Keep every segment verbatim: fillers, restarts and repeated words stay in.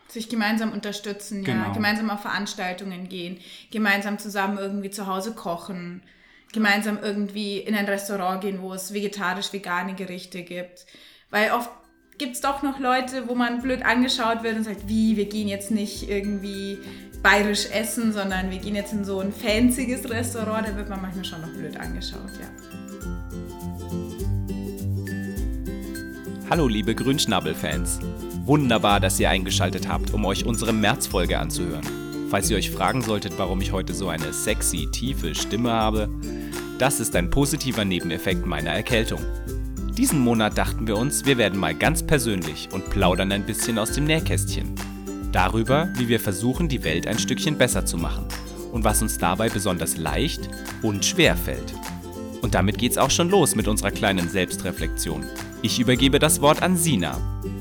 Sich gemeinsam unterstützen, ja. Genau. Gemeinsam auf Veranstaltungen gehen, gemeinsam zusammen irgendwie zu Hause kochen, gemeinsam irgendwie in ein Restaurant gehen, wo es vegetarisch-vegane Gerichte gibt. Weil oft gibt es doch noch Leute, wo man blöd angeschaut wird und sagt, wie, wir gehen jetzt nicht irgendwie bayerisch essen, sondern wir gehen jetzt in so ein fancyes Restaurant, da wird man manchmal schon noch blöd angeschaut, ja. Hallo liebe Grünschnabel-Fans. Wunderbar, dass ihr eingeschaltet habt, um euch unsere März-Folge anzuhören. Falls ihr euch fragen solltet, warum ich heute so eine sexy, tiefe Stimme habe, das ist ein positiver Nebeneffekt meiner Erkältung. Diesen Monat dachten wir uns, wir werden mal ganz persönlich und plaudern ein bisschen aus dem Nähkästchen. Darüber, wie wir versuchen, die Welt ein Stückchen besser zu machen und was uns dabei besonders leicht und schwer fällt. Und damit geht's auch schon los mit unserer kleinen Selbstreflexion. Ich übergebe das Wort an Sina.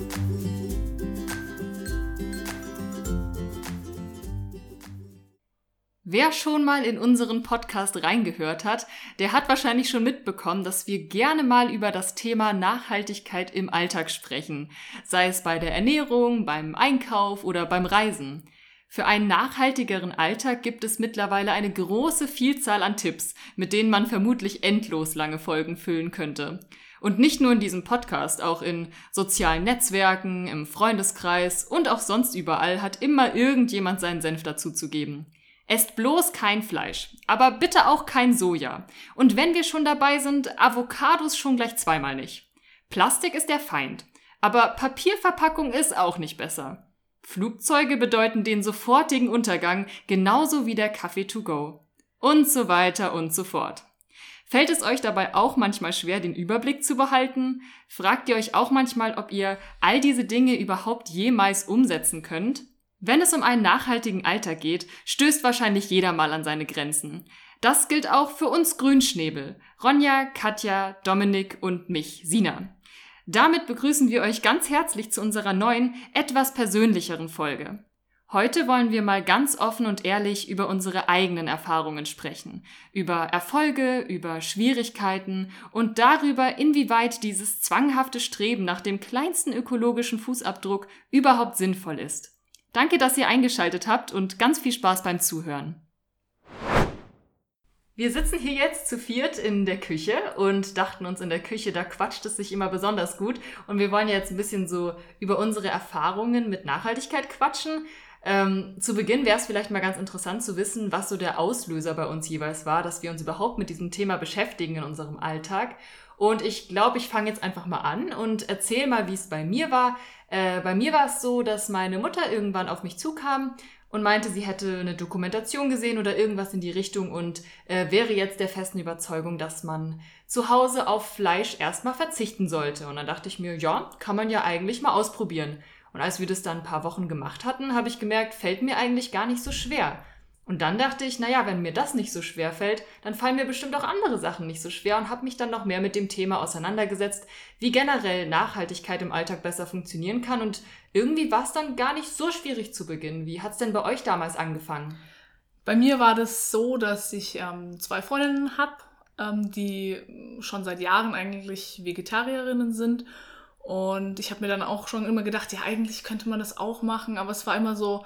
Wer schon mal in unseren Podcast reingehört hat, der hat wahrscheinlich schon mitbekommen, dass wir gerne mal über das Thema Nachhaltigkeit im Alltag sprechen, sei es bei der Ernährung, beim Einkauf oder beim Reisen. Für einen nachhaltigeren Alltag gibt es mittlerweile eine große Vielzahl an Tipps, mit denen man vermutlich endlos lange Folgen füllen könnte. Und nicht nur in diesem Podcast, auch in sozialen Netzwerken, im Freundeskreis und auch sonst überall hat immer irgendjemand seinen Senf dazu zu geben. Esst bloß kein Fleisch, aber bitte auch kein Soja. Und wenn wir schon dabei sind, Avocados schon gleich zweimal nicht. Plastik ist der Feind, aber Papierverpackung ist auch nicht besser. Flugzeuge bedeuten den sofortigen Untergang, genauso wie der Kaffee to go. Und so weiter und so fort. Fällt es euch dabei auch manchmal schwer, den Überblick zu behalten? Fragt ihr euch auch manchmal, ob ihr all diese Dinge überhaupt jemals umsetzen könnt? Wenn es um einen nachhaltigen Alltag geht, stößt wahrscheinlich jeder mal an seine Grenzen. Das gilt auch für uns Grünschnäbel, Ronja, Katja, Dominik und mich, Sina. Damit begrüßen wir euch ganz herzlich zu unserer neuen, etwas persönlicheren Folge. Heute wollen wir mal ganz offen und ehrlich über unsere eigenen Erfahrungen sprechen, über Erfolge, über Schwierigkeiten und darüber, inwieweit dieses zwanghafte Streben nach dem kleinsten ökologischen Fußabdruck überhaupt sinnvoll ist. Danke, dass ihr eingeschaltet habt und ganz viel Spaß beim Zuhören. Wir sitzen hier jetzt zu viert in der Küche und dachten uns, in der Küche, da quatscht es sich immer besonders gut. Und wir wollen jetzt ein bisschen so über unsere Erfahrungen mit Nachhaltigkeit quatschen. Ähm, zu Beginn wäre es vielleicht mal ganz interessant zu wissen, was so der Auslöser bei uns jeweils war, dass wir uns überhaupt mit diesem Thema beschäftigen in unserem Alltag. Und ich glaube, ich fange jetzt einfach mal an und erzähle mal, wie es bei mir war. Äh, bei mir war es so, dass meine Mutter irgendwann auf mich zukam und meinte, sie hätte eine Dokumentation gesehen oder irgendwas in die Richtung und äh, wäre jetzt der festen Überzeugung, dass man zu Hause auf Fleisch erstmal verzichten sollte. Und dann dachte ich mir, ja, kann man ja eigentlich mal ausprobieren. Und als wir das dann ein paar Wochen gemacht hatten, habe ich gemerkt, fällt mir eigentlich gar nicht so schwer. Und dann dachte ich, naja, wenn mir das nicht so schwer fällt, dann fallen mir bestimmt auch andere Sachen nicht so schwer und habe mich dann noch mehr mit dem Thema auseinandergesetzt, wie generell Nachhaltigkeit im Alltag besser funktionieren kann. Und irgendwie war es dann gar nicht so schwierig zu Beginn. Wie hat es denn bei euch damals angefangen? Bei mir war das so, dass ich ähm, zwei Freundinnen habe, ähm, die schon seit Jahren eigentlich Vegetarierinnen sind. Und ich habe mir dann auch schon immer gedacht, ja, eigentlich könnte man das auch machen, aber es war immer so,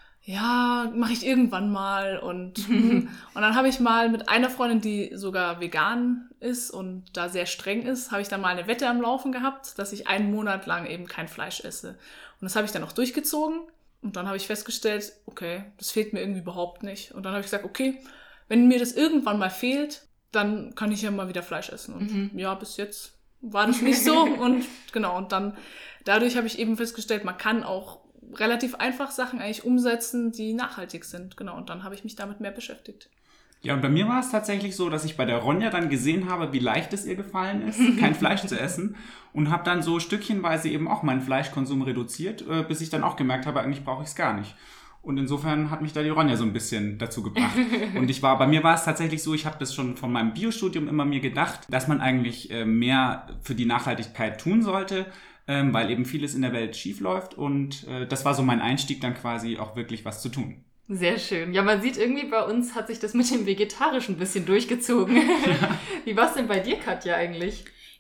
ja, mache ich irgendwann mal. Und, und dann habe ich mal mit einer Freundin, die sogar vegan ist und da sehr streng ist, habe ich dann mal eine Wette am Laufen gehabt, dass ich einen Monat lang eben kein Fleisch esse. Und das habe ich dann auch durchgezogen. Und dann habe ich festgestellt, okay, das fehlt mir irgendwie überhaupt nicht. Und dann habe ich gesagt, okay, wenn mir das irgendwann mal fehlt, dann kann ich ja mal wieder Fleisch essen. Und mhm. ja, bis jetzt war das nicht so. Und genau, und dann dadurch habe ich eben festgestellt, man kann auch relativ einfach Sachen eigentlich umsetzen, die nachhaltig sind. Genau, und dann habe ich mich damit mehr beschäftigt. Ja, und bei mir war es tatsächlich so, dass ich bei der Ronja dann gesehen habe, wie leicht es ihr gefallen ist, kein Fleisch zu essen. Und habe dann so stückchenweise eben auch meinen Fleischkonsum reduziert, bis ich dann auch gemerkt habe, eigentlich brauche ich es gar nicht. Und insofern hat mich da die Ronja so ein bisschen dazu gebracht. Und ich war, bei mir war es tatsächlich so, ich habe das schon von meinem Biostudium immer mir gedacht, dass man eigentlich mehr für die Nachhaltigkeit tun sollte, Ähm, weil eben vieles in der Welt schief läuft und äh, das war so mein Einstieg, dann quasi auch wirklich was zu tun. Sehr schön. Ja, man sieht irgendwie, bei uns hat sich das mit dem Vegetarischen ein bisschen durchgezogen. Ja. Wie war es denn bei dir, Katja, eigentlich?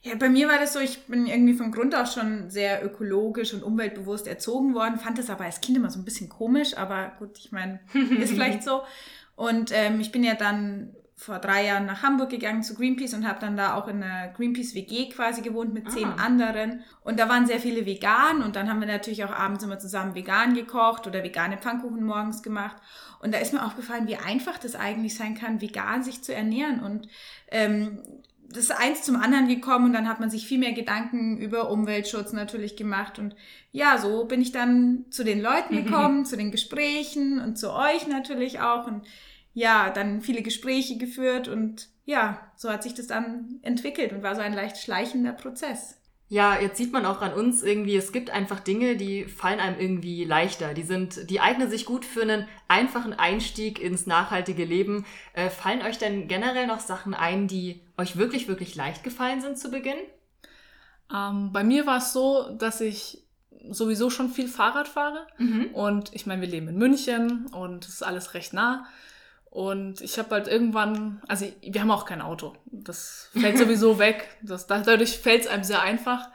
Ja, bei mir war das so, ich bin irgendwie von Grund auf schon sehr ökologisch und umweltbewusst erzogen worden, fand das aber als Kind immer so ein bisschen komisch, aber gut, ich meine, ist vielleicht so. Und ähm, ich bin ja dann vor drei Jahren nach Hamburg gegangen zu Greenpeace und habe dann da auch in einer Greenpeace-W G quasi gewohnt mit zehn ah. anderen. Und da waren sehr viele vegan und dann haben wir natürlich auch abends immer zusammen vegan gekocht oder vegane Pfannkuchen morgens gemacht. Und da ist mir aufgefallen, wie einfach das eigentlich sein kann, vegan sich zu ernähren. Und ähm, das ist eins zum anderen gekommen und dann hat man sich viel mehr Gedanken über Umweltschutz natürlich gemacht. Und ja, so bin ich dann zu den Leuten gekommen, zu den Gesprächen und zu euch natürlich auch. Und ja, dann viele Gespräche geführt und ja, so hat sich das dann entwickelt und war so ein leicht schleichender Prozess. Ja, jetzt sieht man auch an uns irgendwie, es gibt einfach Dinge, die fallen einem irgendwie leichter. Die sind, die eignen sich gut für einen einfachen Einstieg ins nachhaltige Leben. Äh, fallen euch denn generell noch Sachen ein, die euch wirklich, wirklich leicht gefallen sind zu Beginn? Ähm, bei mir war es so, dass ich sowieso schon viel Fahrrad fahre. Mhm. Und ich meine, wir leben in München und es ist alles recht nah. Und ich habe halt irgendwann, also wir haben auch kein Auto, das fällt sowieso weg, das, dadurch fällt es einem sehr einfach.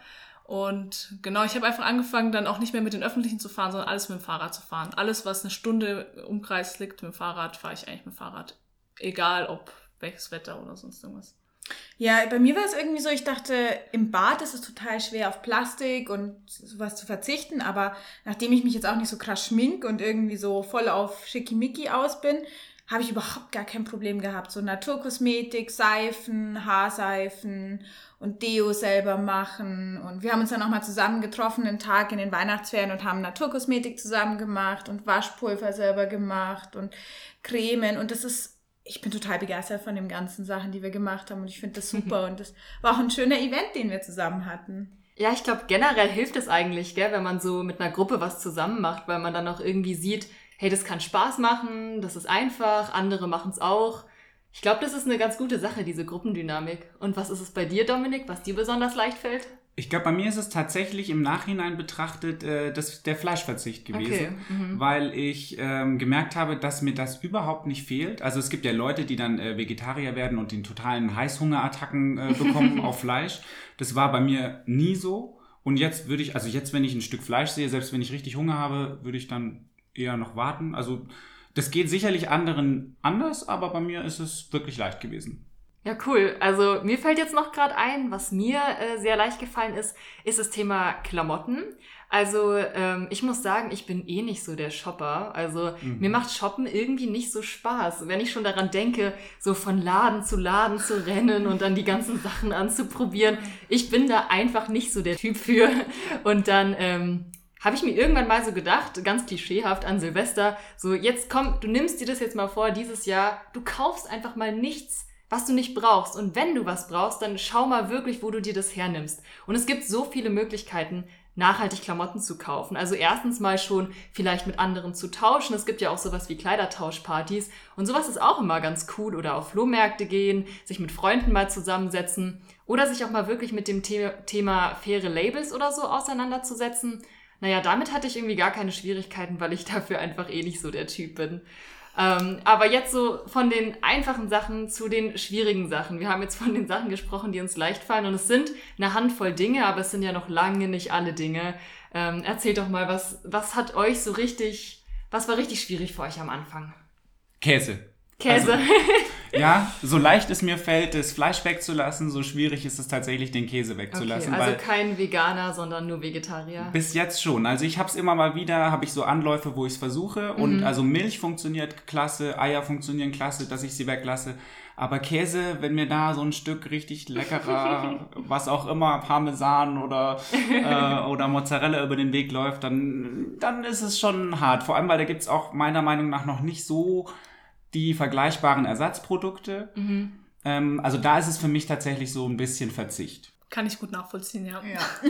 Und genau, ich habe einfach angefangen, dann auch nicht mehr mit den Öffentlichen zu fahren, sondern alles mit dem Fahrrad zu fahren. Alles, was eine Stunde Umkreis liegt mit dem Fahrrad, fahre ich eigentlich mit dem Fahrrad. Egal, ob welches Wetter oder sonst irgendwas. Ja, bei mir war es irgendwie so, ich dachte, im Bad ist es total schwer, auf Plastik und sowas zu verzichten, aber nachdem ich mich jetzt auch nicht so krass schmink und irgendwie so voll auf Schickimicki aus bin, habe ich überhaupt gar kein Problem gehabt. So Naturkosmetik, Seifen, Haarseifen und Deo selber machen. Und wir haben uns dann auch mal zusammen getroffen, einen Tag in den Weihnachtsferien und haben Naturkosmetik zusammen gemacht und Waschpulver selber gemacht und Cremen. Und das ist, ich bin total begeistert von den ganzen Sachen, die wir gemacht haben. Und ich finde das super. Und das war auch ein schöner Event, den wir zusammen hatten. Ja, ich glaube, generell hilft es eigentlich, gell, wenn man so mit einer Gruppe was zusammen macht, weil man dann auch irgendwie sieht, hey, das kann Spaß machen, das ist einfach, andere machen es auch. Ich glaube, das ist eine ganz gute Sache, diese Gruppendynamik. Und was ist es bei dir, Dominik, was dir besonders leicht fällt? Ich glaube, bei mir ist es tatsächlich im Nachhinein betrachtet äh, das, der Fleischverzicht gewesen, okay. mhm. weil ich ähm, gemerkt habe, dass mir das überhaupt nicht fehlt. Also es gibt ja Leute, die dann äh, Vegetarier werden und den totalen Heißhungerattacken äh, bekommen auf Fleisch. Das war bei mir nie so. Und jetzt würde ich, also jetzt, wenn ich ein Stück Fleisch sehe, selbst wenn ich richtig Hunger habe, würde ich dann eher noch warten. Also das geht sicherlich anderen anders, aber bei mir ist es wirklich leicht gewesen. Ja, cool. Also mir fällt jetzt noch gerade ein, was mir äh, sehr leicht gefallen ist, ist das Thema Klamotten. Also ähm, ich muss sagen, ich bin eh nicht so der Shopper. Also mhm. mir macht Shoppen irgendwie nicht so Spaß. Wenn ich schon daran denke, so von Laden zu Laden zu rennen und dann die ganzen Sachen anzuprobieren. Ich bin da einfach nicht so der Typ für. Und dann ähm, habe ich mir irgendwann mal so gedacht, ganz klischeehaft an Silvester, so jetzt komm, du nimmst dir das jetzt mal vor, dieses Jahr, du kaufst einfach mal nichts, was du nicht brauchst. Und wenn du was brauchst, dann schau mal wirklich, wo du dir das hernimmst. Und es gibt so viele Möglichkeiten, nachhaltig Klamotten zu kaufen. Also erstens mal schon vielleicht mit anderen zu tauschen. Es gibt ja auch sowas wie Kleidertauschpartys. Und sowas ist auch immer ganz cool. Oder auf Flohmärkte gehen, sich mit Freunden mal zusammensetzen. Oder sich auch mal wirklich mit dem The- Thema faire Labels oder so auseinanderzusetzen. Naja, damit hatte ich irgendwie gar keine Schwierigkeiten, weil ich dafür einfach eh nicht so der Typ bin. Ähm, aber jetzt so von den einfachen Sachen zu den schwierigen Sachen. Wir haben jetzt von den Sachen gesprochen, die uns leicht fallen. Und es sind eine Handvoll Dinge, aber es sind ja noch lange nicht alle Dinge. Ähm, erzählt doch mal, was, was hat euch so richtig, was war richtig schwierig für euch am Anfang? Käse. Käse. Also, ja, so leicht es mir fällt, das Fleisch wegzulassen, so schwierig ist es tatsächlich, den Käse wegzulassen. Okay, also weil kein Veganer, sondern nur Vegetarier. Bis jetzt schon. Also ich habe es immer mal wieder, habe ich so Anläufe, wo ich es versuche. Mhm. Und also Milch funktioniert klasse, Eier funktionieren klasse, dass ich sie weglasse. Aber Käse, wenn mir da so ein Stück richtig leckerer, was auch immer, Parmesan oder, äh, oder Mozzarella über den Weg läuft, dann, dann ist es schon hart. Vor allem, weil da gibt es auch meiner Meinung nach noch nicht so die vergleichbaren Ersatzprodukte. Mhm. Ähm, also da ist es für mich tatsächlich so ein bisschen Verzicht. Kann ich gut nachvollziehen, ja.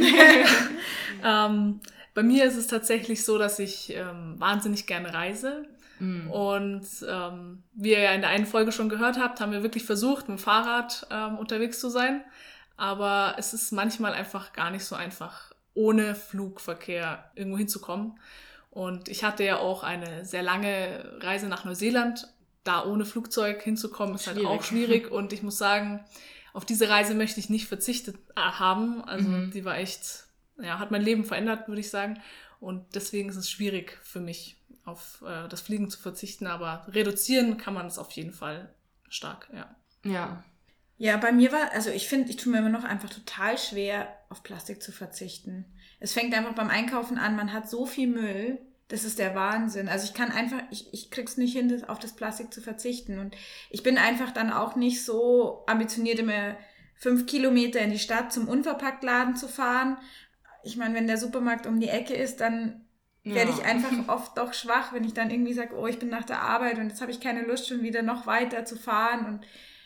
ja. ähm, bei mir ist es tatsächlich so, dass ich ähm, wahnsinnig gerne reise. Mhm. Und ähm, wie ihr ja in der einen Folge schon gehört habt, haben wir wirklich versucht, mit dem Fahrrad ähm, unterwegs zu sein. Aber es ist manchmal einfach gar nicht so einfach, ohne Flugverkehr irgendwo hinzukommen. Und ich hatte ja auch eine sehr lange Reise nach Neuseeland. Da ohne Flugzeug hinzukommen, ist schwierig. Halt auch schwierig. Und ich muss sagen, auf diese Reise möchte ich nicht verzichtet haben. Also Mhm. die war echt, ja, hat mein Leben verändert, würde ich sagen. Und deswegen ist es schwierig für mich, auf äh, das Fliegen zu verzichten. Aber reduzieren kann man es auf jeden Fall stark, ja. Ja. Ja, bei mir war, also ich finde, ich tue mir immer noch einfach total schwer, auf Plastik zu verzichten. Es fängt einfach beim Einkaufen an, man hat so viel Müll, das ist der Wahnsinn. Also ich kann einfach, ich, ich krieg's nicht hin, das, auf das Plastik zu verzichten. Und ich bin einfach dann auch nicht so ambitioniert, immer fünf Kilometer in die Stadt zum Unverpacktladen zu fahren. Ich meine, wenn der Supermarkt um die Ecke ist, dann werde ich Ja. einfach oft doch schwach, wenn ich dann irgendwie sage, oh, ich bin nach der Arbeit und jetzt habe ich keine Lust, schon wieder noch weiter zu fahren. Und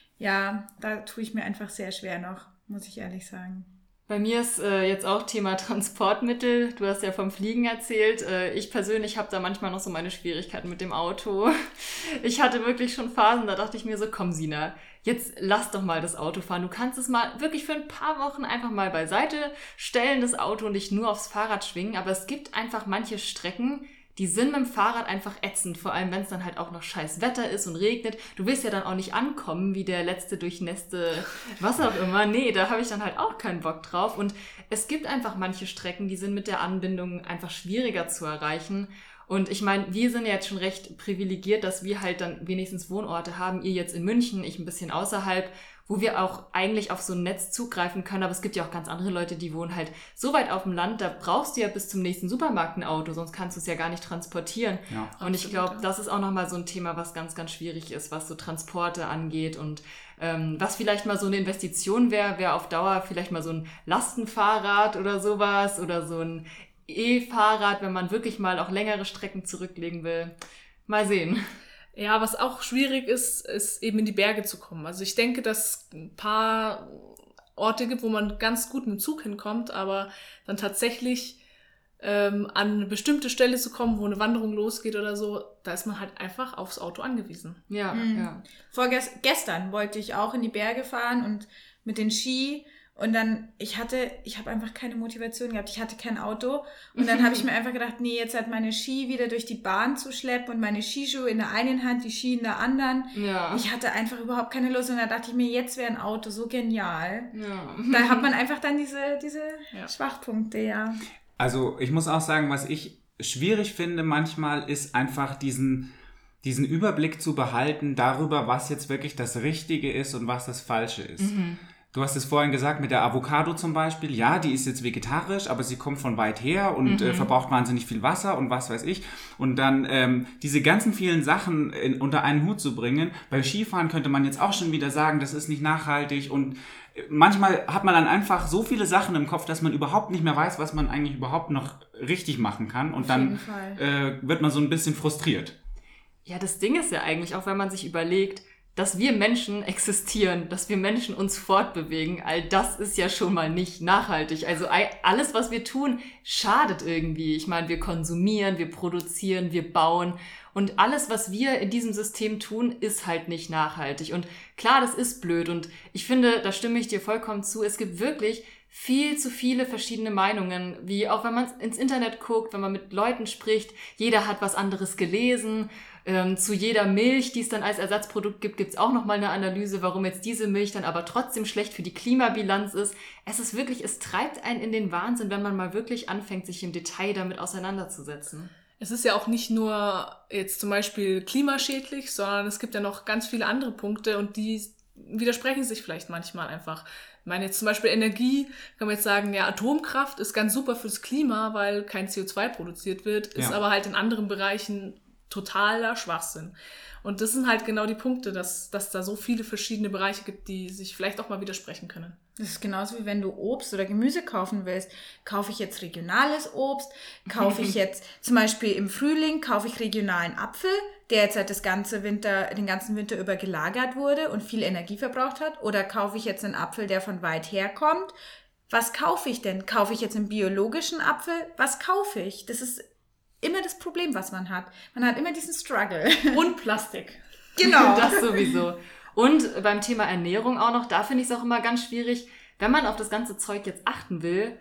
ja, da tue ich mir einfach sehr schwer noch, muss ich ehrlich sagen. Bei mir ist äh, jetzt auch Thema Transportmittel. Du hast ja vom Fliegen erzählt. Äh, ich persönlich habe da manchmal noch so meine Schwierigkeiten mit dem Auto. Ich hatte wirklich schon Phasen, da dachte ich mir so, komm Sina, jetzt lass doch mal das Auto fahren. Du kannst es mal wirklich für ein paar Wochen einfach mal beiseite stellen, das Auto, und dich nur aufs Fahrrad schwingen. Aber es gibt einfach manche Strecken, die sind mit dem Fahrrad einfach ätzend, vor allem wenn es dann halt auch noch scheiß Wetter ist und regnet. Du willst ja dann auch nicht ankommen wie der letzte durchnässte, was auch immer. Nee, da habe ich dann halt auch keinen Bock drauf. Und es gibt einfach manche Strecken, die sind mit der Anbindung einfach schwieriger zu erreichen. Und ich meine, wir sind ja jetzt schon recht privilegiert, dass wir halt dann wenigstens Wohnorte haben. Ihr jetzt in München, ich ein bisschen außerhalb, wo wir auch eigentlich auf so ein Netz zugreifen können. Aber es gibt ja auch ganz andere Leute, die wohnen halt so weit auf dem Land, da brauchst du ja bis zum nächsten Supermarkt ein Auto, sonst kannst du es ja gar nicht transportieren. Ja. Und ich Absolut, glaube, ja. das ist auch nochmal so ein Thema, was ganz, ganz schwierig ist, was so Transporte angeht. Und ähm, was vielleicht mal so eine Investition wäre, wäre auf Dauer vielleicht mal so ein Lastenfahrrad oder sowas oder so ein E-Fahrrad, wenn man wirklich mal auch längere Strecken zurücklegen will. Mal sehen. Ja, was auch schwierig ist, ist eben in die Berge zu kommen. Also ich denke, dass es ein paar Orte gibt, wo man ganz gut mit dem Zug hinkommt, aber dann tatsächlich ähm, an eine bestimmte Stelle zu kommen, wo eine Wanderung losgeht oder so, da ist man halt einfach aufs Auto angewiesen. Ja, Mhm. ja. Vorgestern wollte ich auch in die Berge fahren und mit den Ski und dann, ich hatte, ich habe einfach keine Motivation gehabt, ich hatte kein Auto und dann habe ich mir einfach gedacht, nee, jetzt halt meine Ski wieder durch die Bahn zu schleppen und meine Skischuhe in der einen Hand, die Ski in der anderen. Ja. Ich hatte einfach überhaupt keine Lust und da dachte ich mir, jetzt wäre ein Auto so genial. ja. Da hat man einfach dann diese, diese Ja. Schwachpunkte, ja. Also ich muss auch sagen, was ich schwierig finde manchmal, ist einfach diesen, diesen Überblick zu behalten darüber, was jetzt wirklich das Richtige ist und was das Falsche ist. Mhm. Du hast es vorhin gesagt mit der Avocado zum Beispiel. Ja, die ist jetzt vegetarisch, aber sie kommt von weit her und Mhm. äh, verbraucht wahnsinnig viel Wasser und was weiß ich. Und dann ähm, diese ganzen vielen Sachen in, unter einen Hut zu bringen. Beim Skifahren könnte man jetzt auch schon wieder sagen, das ist nicht nachhaltig. Und äh, manchmal hat man dann einfach so viele Sachen im Kopf, dass man überhaupt nicht mehr weiß, was man eigentlich überhaupt noch richtig machen kann. Und Auf dann jeden Fall. äh, wird man so ein bisschen frustriert. Ja, das Ding ist ja eigentlich, auch wenn man sich überlegt, dass wir Menschen existieren, dass wir Menschen uns fortbewegen, all das ist ja schon mal nicht nachhaltig. Also ei- alles, was wir tun, schadet irgendwie. Ich meine, wir konsumieren, wir produzieren, wir bauen und alles, was wir in diesem System tun, ist halt nicht nachhaltig. Und klar, das ist blöd und ich finde, da stimme ich dir vollkommen zu, es gibt wirklich viel zu viele verschiedene Meinungen, wie auch wenn man ins Internet guckt, wenn man mit Leuten spricht, jeder hat was anderes gelesen. Ähm, zu jeder Milch, die es dann als Ersatzprodukt gibt, gibt es auch nochmal eine Analyse, warum jetzt diese Milch dann aber trotzdem schlecht für die Klimabilanz ist. Es ist wirklich, es treibt einen in den Wahnsinn, wenn man mal wirklich anfängt, sich im Detail damit auseinanderzusetzen. Es ist ja auch nicht nur jetzt zum Beispiel klimaschädlich, sondern es gibt ja noch ganz viele andere Punkte und die widersprechen sich vielleicht manchmal einfach. Ich meine jetzt zum Beispiel Energie, kann man jetzt sagen, ja, Atomkraft ist ganz super fürs Klima, weil kein C O zwei produziert wird, ist Ja. aber halt in anderen Bereichen totaler Schwachsinn. Und das sind halt genau die Punkte, dass, dass da so viele verschiedene Bereiche gibt, die sich vielleicht auch mal widersprechen können. Das ist genauso wie wenn du Obst oder Gemüse kaufen willst. Kaufe ich jetzt regionales Obst? Kaufe ich jetzt zum Beispiel im Frühling, kaufe ich regionalen Apfel, der jetzt halt das ganze Winter, den ganzen Winter über gelagert wurde und viel Energie verbraucht hat? Oder kaufe ich jetzt einen Apfel, der von weit her kommt? Was kaufe ich denn? Kaufe ich jetzt einen biologischen Apfel? Was kaufe ich? Das ist immer das Problem, was man hat. Man hat immer diesen Struggle. Und Plastik. Genau. Das sowieso. Und beim Thema Ernährung auch noch, da finde ich es auch immer ganz schwierig, wenn man auf das ganze Zeug jetzt achten will,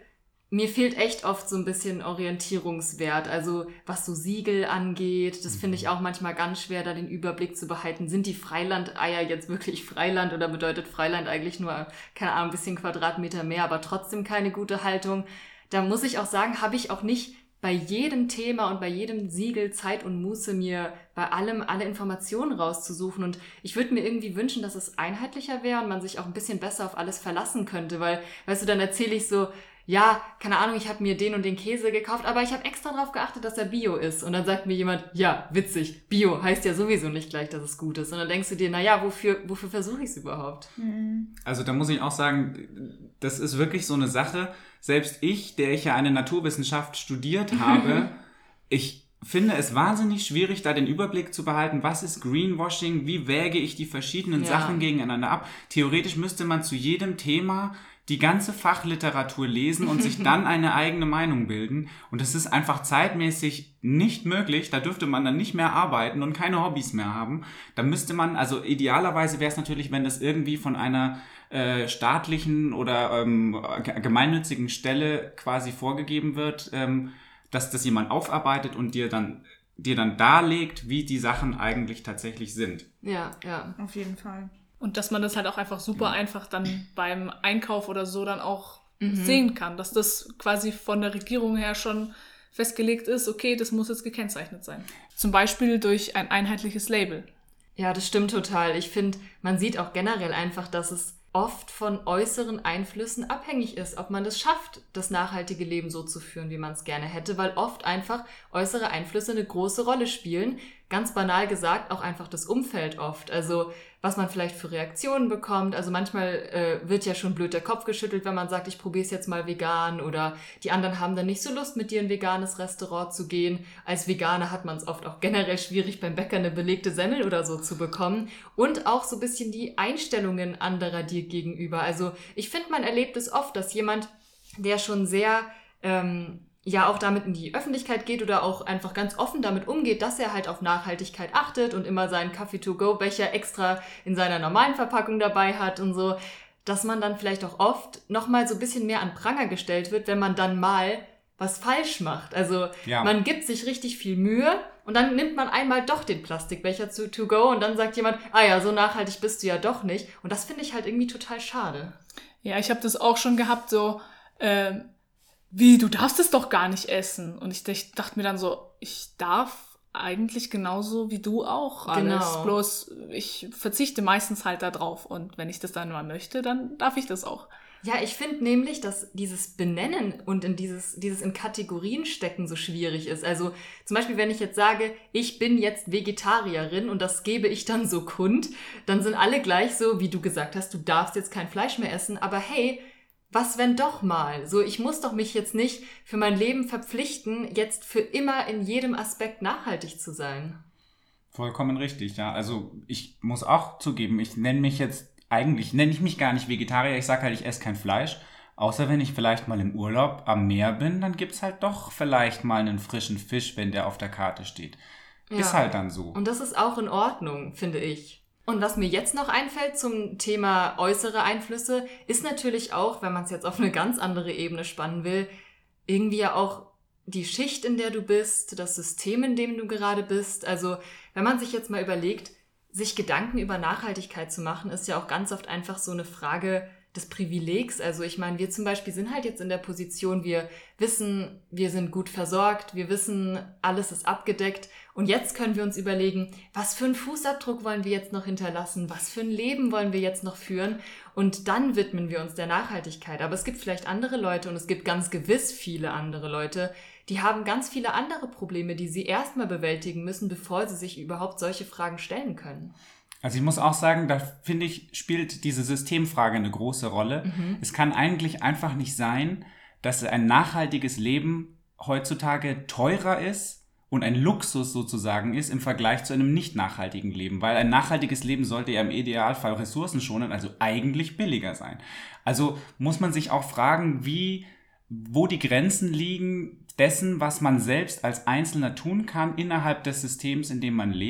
mir fehlt echt oft so ein bisschen Orientierungswert, also was so Siegel angeht, das finde ich auch manchmal ganz schwer, da den Überblick zu behalten. Sind die Freilandeier jetzt wirklich Freiland oder bedeutet Freiland eigentlich nur, keine Ahnung, ein bisschen Quadratmeter mehr, aber trotzdem keine gute Haltung? Da muss ich auch sagen, habe ich auch nicht bei jedem Thema und bei jedem Siegel Zeit und Muße, mir bei allem alle Informationen rauszusuchen. Und ich würde mir irgendwie wünschen, dass es einheitlicher wäre und man sich auch ein bisschen besser auf alles verlassen könnte, weil, weißt du, dann erzähle ich so, ja, keine Ahnung, ich habe mir den und den Käse gekauft, aber ich habe extra darauf geachtet, dass er Bio ist. Und dann sagt mir jemand, ja, witzig, Bio heißt ja sowieso nicht gleich, dass es gut ist. Und dann denkst du dir, naja, wofür, wofür versuche ich es überhaupt? Also da muss ich auch sagen, das ist wirklich so eine Sache. Selbst ich, der ich ja eine Naturwissenschaft studiert habe, ich finde es wahnsinnig schwierig, da den Überblick zu behalten, was ist Greenwashing, wie wäge ich die verschiedenen Ja. Sachen gegeneinander ab. Theoretisch müsste man zu jedem Thema die ganze Fachliteratur lesen und sich dann eine eigene Meinung bilden. Und das ist einfach zeitmäßig nicht möglich. Da dürfte man dann nicht mehr arbeiten und keine Hobbys mehr haben. Da müsste man, also idealerweise wäre es natürlich, wenn das irgendwie von einer äh, staatlichen oder ähm, gemeinnützigen Stelle quasi vorgegeben wird, ähm, dass das jemand aufarbeitet und dir dann, dir dann darlegt, wie die Sachen eigentlich tatsächlich sind. Ja, ja. Auf jeden Fall. Und dass man das halt auch einfach super einfach dann beim Einkauf oder so dann auch sehen kann. Dass das quasi von der Regierung her schon festgelegt ist, okay, das muss jetzt gekennzeichnet sein. Zum Beispiel durch ein einheitliches Label. Ja, das stimmt total. Ich finde, man sieht auch generell einfach, dass es oft von äußeren Einflüssen abhängig ist, ob man das schafft, das nachhaltige Leben so zu führen, wie man es gerne hätte, weil oft einfach äußere Einflüsse eine große Rolle spielen. Ganz banal gesagt, auch einfach das Umfeld oft. Also was man vielleicht für Reaktionen bekommt. Also manchmal äh, wird ja schon blöd der Kopf geschüttelt, wenn man sagt, ich probiere es jetzt mal vegan, oder die anderen haben dann nicht so Lust, mit dir in ein veganes Restaurant zu gehen. Als Veganer hat man es oft auch generell schwierig, beim Bäcker eine belegte Semmel oder so zu bekommen. Und auch so ein bisschen die Einstellungen anderer dir gegenüber. Also ich finde, man erlebt es oft, dass jemand, der schon sehr ähm, ja auch damit in die Öffentlichkeit geht oder auch einfach ganz offen damit umgeht, dass er halt auf Nachhaltigkeit achtet und immer seinen Kaffee-to-go-Becher extra in seiner normalen Verpackung dabei hat und so, dass man dann vielleicht auch oft nochmal so ein bisschen mehr an Pranger gestellt wird, wenn man dann mal was falsch macht. Also Ja. man gibt sich richtig viel Mühe und dann nimmt man einmal doch den Plastikbecher zu to-go und dann sagt jemand, ah ja, so nachhaltig bist du ja doch nicht. Und das finde ich halt irgendwie total schade. Ja, ich habe das auch schon gehabt, so, ähm, wie, du darfst es doch gar nicht essen. Und ich, ich dachte mir dann so, ich darf eigentlich genauso wie du auch alles. Genau. Bloß ich verzichte meistens halt da drauf. Und wenn ich das dann mal möchte, dann darf ich das auch. Ja, ich finde nämlich, dass dieses Benennen und in dieses, dieses in Kategorien stecken so schwierig ist. Also zum Beispiel, wenn ich jetzt sage, ich bin jetzt Vegetarierin und das gebe ich dann so kund, dann sind alle gleich so, wie du gesagt hast, du darfst jetzt kein Fleisch mehr essen, aber hey, was wenn doch mal? So, ich muss doch mich jetzt nicht für mein Leben verpflichten, jetzt für immer in jedem Aspekt nachhaltig zu sein. Vollkommen richtig, ja. Also ich muss auch zugeben, ich nenne mich jetzt, eigentlich nenne ich mich gar nicht Vegetarier, ich sage halt, ich esse kein Fleisch. Außer wenn ich vielleicht mal im Urlaub am Meer bin, dann gibt's halt doch vielleicht mal einen frischen Fisch, wenn der auf der Karte steht. Ist Ja. halt dann so. Und das ist auch in Ordnung, finde ich. Und was mir jetzt noch einfällt zum Thema äußere Einflüsse, ist natürlich auch, wenn man es jetzt auf eine ganz andere Ebene spannen will, irgendwie ja auch die Schicht, in der du bist, das System, in dem du gerade bist. Also wenn man sich jetzt mal überlegt, sich Gedanken über Nachhaltigkeit zu machen, ist ja auch ganz oft einfach so eine Frage des Privilegs. Also ich meine, wir zum Beispiel sind halt jetzt in der Position, wir wissen, wir sind gut versorgt, wir wissen, alles ist abgedeckt und jetzt können wir uns überlegen, was für einen Fußabdruck wollen wir jetzt noch hinterlassen, was für ein Leben wollen wir jetzt noch führen und dann widmen wir uns der Nachhaltigkeit. Aber es gibt vielleicht andere Leute und es gibt ganz gewiss viele andere Leute, die haben ganz viele andere Probleme, die sie erstmal bewältigen müssen, bevor sie sich überhaupt solche Fragen stellen können. Also ich muss auch sagen, da finde ich, spielt diese Systemfrage eine große Rolle. Mhm. Es kann eigentlich einfach nicht sein, dass ein nachhaltiges Leben heutzutage teurer ist und ein Luxus sozusagen ist im Vergleich zu einem nicht nachhaltigen Leben. Weil ein nachhaltiges Leben sollte ja im Idealfall ressourcenschonend, also eigentlich billiger sein. Also muss man sich auch fragen, wie, wo die Grenzen liegen dessen, was man selbst als Einzelner tun kann innerhalb des Systems, in dem man lebt.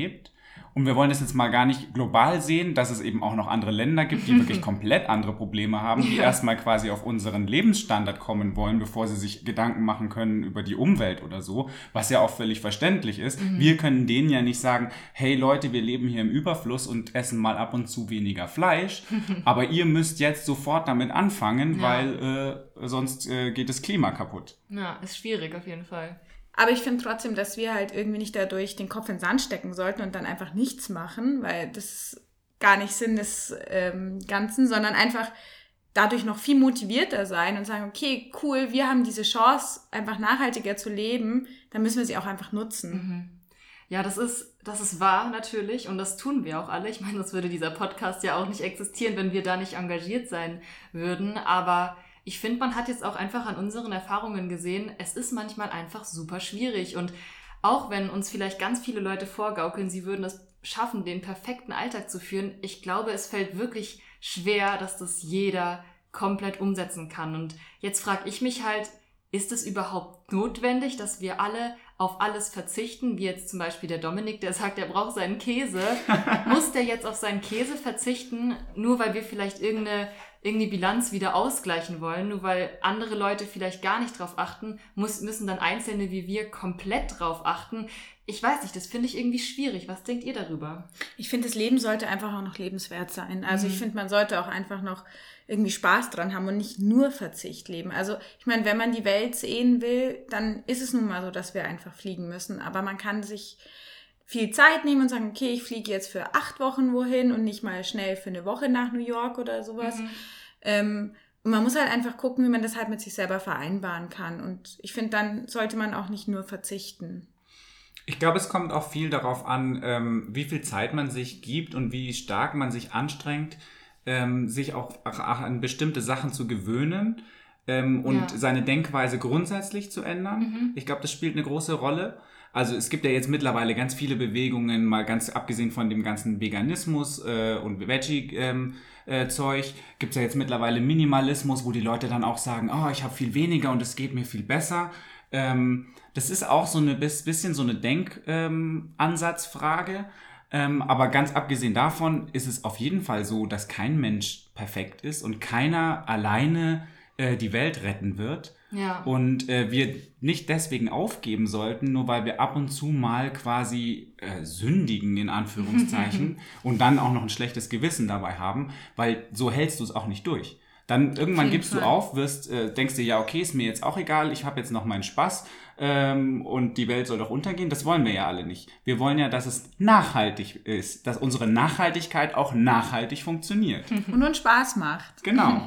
Und wir wollen das jetzt mal gar nicht global sehen, dass es eben auch noch andere Länder gibt, die wirklich komplett andere Probleme haben, die ja. erstmal quasi auf unseren Lebensstandard kommen wollen, bevor sie sich Gedanken machen können über die Umwelt oder so, was ja auch völlig verständlich ist. Mhm. Wir können denen ja nicht sagen, hey Leute, wir leben hier im Überfluss und essen mal ab und zu weniger Fleisch, aber ihr müsst jetzt sofort damit anfangen, ja. weil äh, sonst äh, geht das Klima kaputt. Ja, ist schwierig auf jeden Fall. Aber ich finde trotzdem, dass wir halt irgendwie nicht dadurch den Kopf in den Sand stecken sollten und dann einfach nichts machen, weil das gar nicht Sinn des ähm, Ganzen, sondern einfach dadurch noch viel motivierter sein und sagen, okay, cool, wir haben diese Chance, einfach nachhaltiger zu leben, dann müssen wir sie auch einfach nutzen. Mhm. Ja, das ist, das ist wahr natürlich und das tun wir auch alle. Ich meine, sonst würde dieser Podcast ja auch nicht existieren, wenn wir da nicht engagiert sein würden, aber ich finde, man hat jetzt auch einfach an unseren Erfahrungen gesehen, es ist manchmal einfach super schwierig. Und auch wenn uns vielleicht ganz viele Leute vorgaukeln, sie würden es schaffen, den perfekten Alltag zu führen, ich glaube, es fällt wirklich schwer, dass das jeder komplett umsetzen kann. Und jetzt frage ich mich halt, ist es überhaupt notwendig, dass wir alle auf alles verzichten, wie jetzt zum Beispiel der Dominik, der sagt, er braucht seinen Käse. Muss der jetzt auf seinen Käse verzichten, nur weil wir vielleicht irgendeine irgendwie Bilanz wieder ausgleichen wollen, nur weil andere Leute vielleicht gar nicht drauf achten, muss, müssen dann Einzelne wie wir komplett drauf achten. Ich weiß nicht, das finde ich irgendwie schwierig. Was denkt ihr darüber? Ich finde, das Leben sollte einfach auch noch lebenswert sein. Also mhm. ich finde, man sollte auch einfach noch irgendwie Spaß dran haben und nicht nur Verzicht leben. Also ich meine, wenn man die Welt sehen will, dann ist es nun mal so, dass wir einfach fliegen müssen. Aber man kann sich viel Zeit nehmen und sagen, okay, ich fliege jetzt für acht Wochen wohin und nicht mal schnell für eine Woche nach New York oder sowas. Mhm. Ähm, und man muss halt einfach gucken, wie man das halt mit sich selber vereinbaren kann. Und ich finde, dann sollte man auch nicht nur verzichten. Ich glaube, es kommt auch viel darauf an, ähm, wie viel Zeit man sich gibt und wie stark man sich anstrengt, ähm, sich auch, auch an bestimmte Sachen zu gewöhnen ähm, und ja. seine Denkweise grundsätzlich zu ändern. Mhm. Ich glaube, das spielt eine große Rolle. Also es gibt ja jetzt mittlerweile ganz viele Bewegungen, mal ganz abgesehen von dem ganzen Veganismus äh, und Veggie-Zeug, ähm, äh, gibt es ja jetzt mittlerweile Minimalismus, wo die Leute dann auch sagen, oh, ich habe viel weniger und es geht mir viel besser. Ähm, das ist auch so eine bisschen so eine Denkansatzfrage. Ähm, aber ganz abgesehen davon ist es auf jeden Fall so, dass kein Mensch perfekt ist und keiner alleine äh, die Welt retten wird. Ja. Und äh, wir nicht deswegen aufgeben sollten, nur weil wir ab und zu mal quasi äh, sündigen, in Anführungszeichen, und dann auch noch ein schlechtes Gewissen dabei haben, weil so hältst du es auch nicht durch. Dann irgendwann gibst Fall. du auf, wirst, äh, denkst dir, ja okay, ist mir jetzt auch egal, ich habe jetzt noch meinen Spaß ähm, und die Welt soll doch untergehen. Das wollen wir ja alle nicht. Wir wollen ja, dass es nachhaltig ist, dass unsere Nachhaltigkeit auch nachhaltig funktioniert. Und uns Spaß macht. Genau.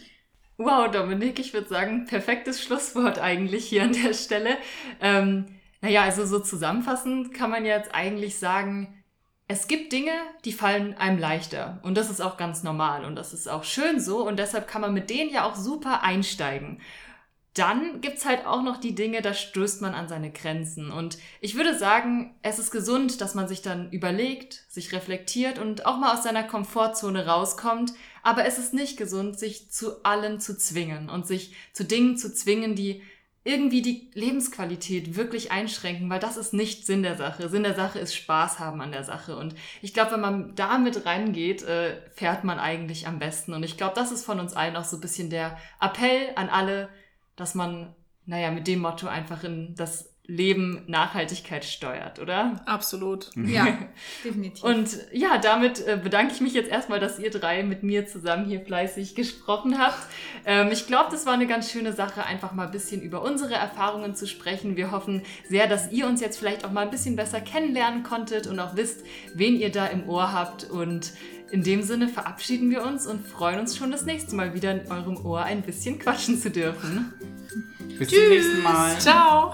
Wow, Dominik, ich würde sagen, perfektes Schlusswort eigentlich hier an der Stelle. Ähm, naja, also so zusammenfassend kann man jetzt eigentlich sagen, es gibt Dinge, die fallen einem leichter und das ist auch ganz normal und das ist auch schön so und deshalb kann man mit denen ja auch super einsteigen. Dann gibt's halt auch noch die Dinge, da stößt man an seine Grenzen und ich würde sagen, es ist gesund, dass man sich dann überlegt, sich reflektiert und auch mal aus seiner Komfortzone rauskommt, aber es ist nicht gesund, sich zu allem zu zwingen und sich zu Dingen zu zwingen, die irgendwie die Lebensqualität wirklich einschränken, weil das ist nicht Sinn der Sache. Sinn der Sache ist Spaß haben an der Sache und ich glaube, wenn man da mit reingeht, äh, fährt man eigentlich am besten und ich glaube, das ist von uns allen auch so ein bisschen der Appell an alle, dass man, naja, mit dem Motto einfach in das Leben Nachhaltigkeit steuert, oder? Absolut. Ja, definitiv. Und ja, damit äh, bedanke ich mich jetzt erstmal, dass ihr drei mit mir zusammen hier fleißig gesprochen habt. Ähm, ich glaube, das war eine ganz schöne Sache, einfach mal ein bisschen über unsere Erfahrungen zu sprechen. Wir hoffen sehr, dass ihr uns jetzt vielleicht auch mal ein bisschen besser kennenlernen konntet und auch wisst, wen ihr da im Ohr habt. Und in dem Sinne verabschieden wir uns und freuen uns schon, das nächste Mal wieder in eurem Ohr ein bisschen quatschen zu dürfen. Bis Tschüss. Zum nächsten Mal. Ciao.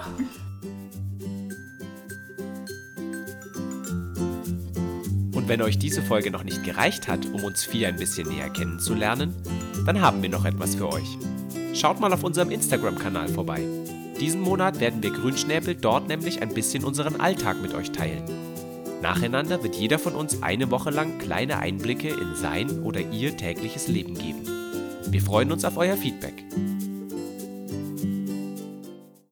Und wenn euch diese Folge noch nicht gereicht hat, um uns vier ein bisschen näher kennenzulernen, dann haben wir noch etwas für euch. Schaut mal auf unserem Instagram-Kanal vorbei. Diesen Monat werden wir Grünschnäbel dort nämlich ein bisschen unseren Alltag mit euch teilen. Nacheinander wird jeder von uns eine Woche lang kleine Einblicke in sein oder ihr tägliches Leben geben. Wir freuen uns auf euer Feedback.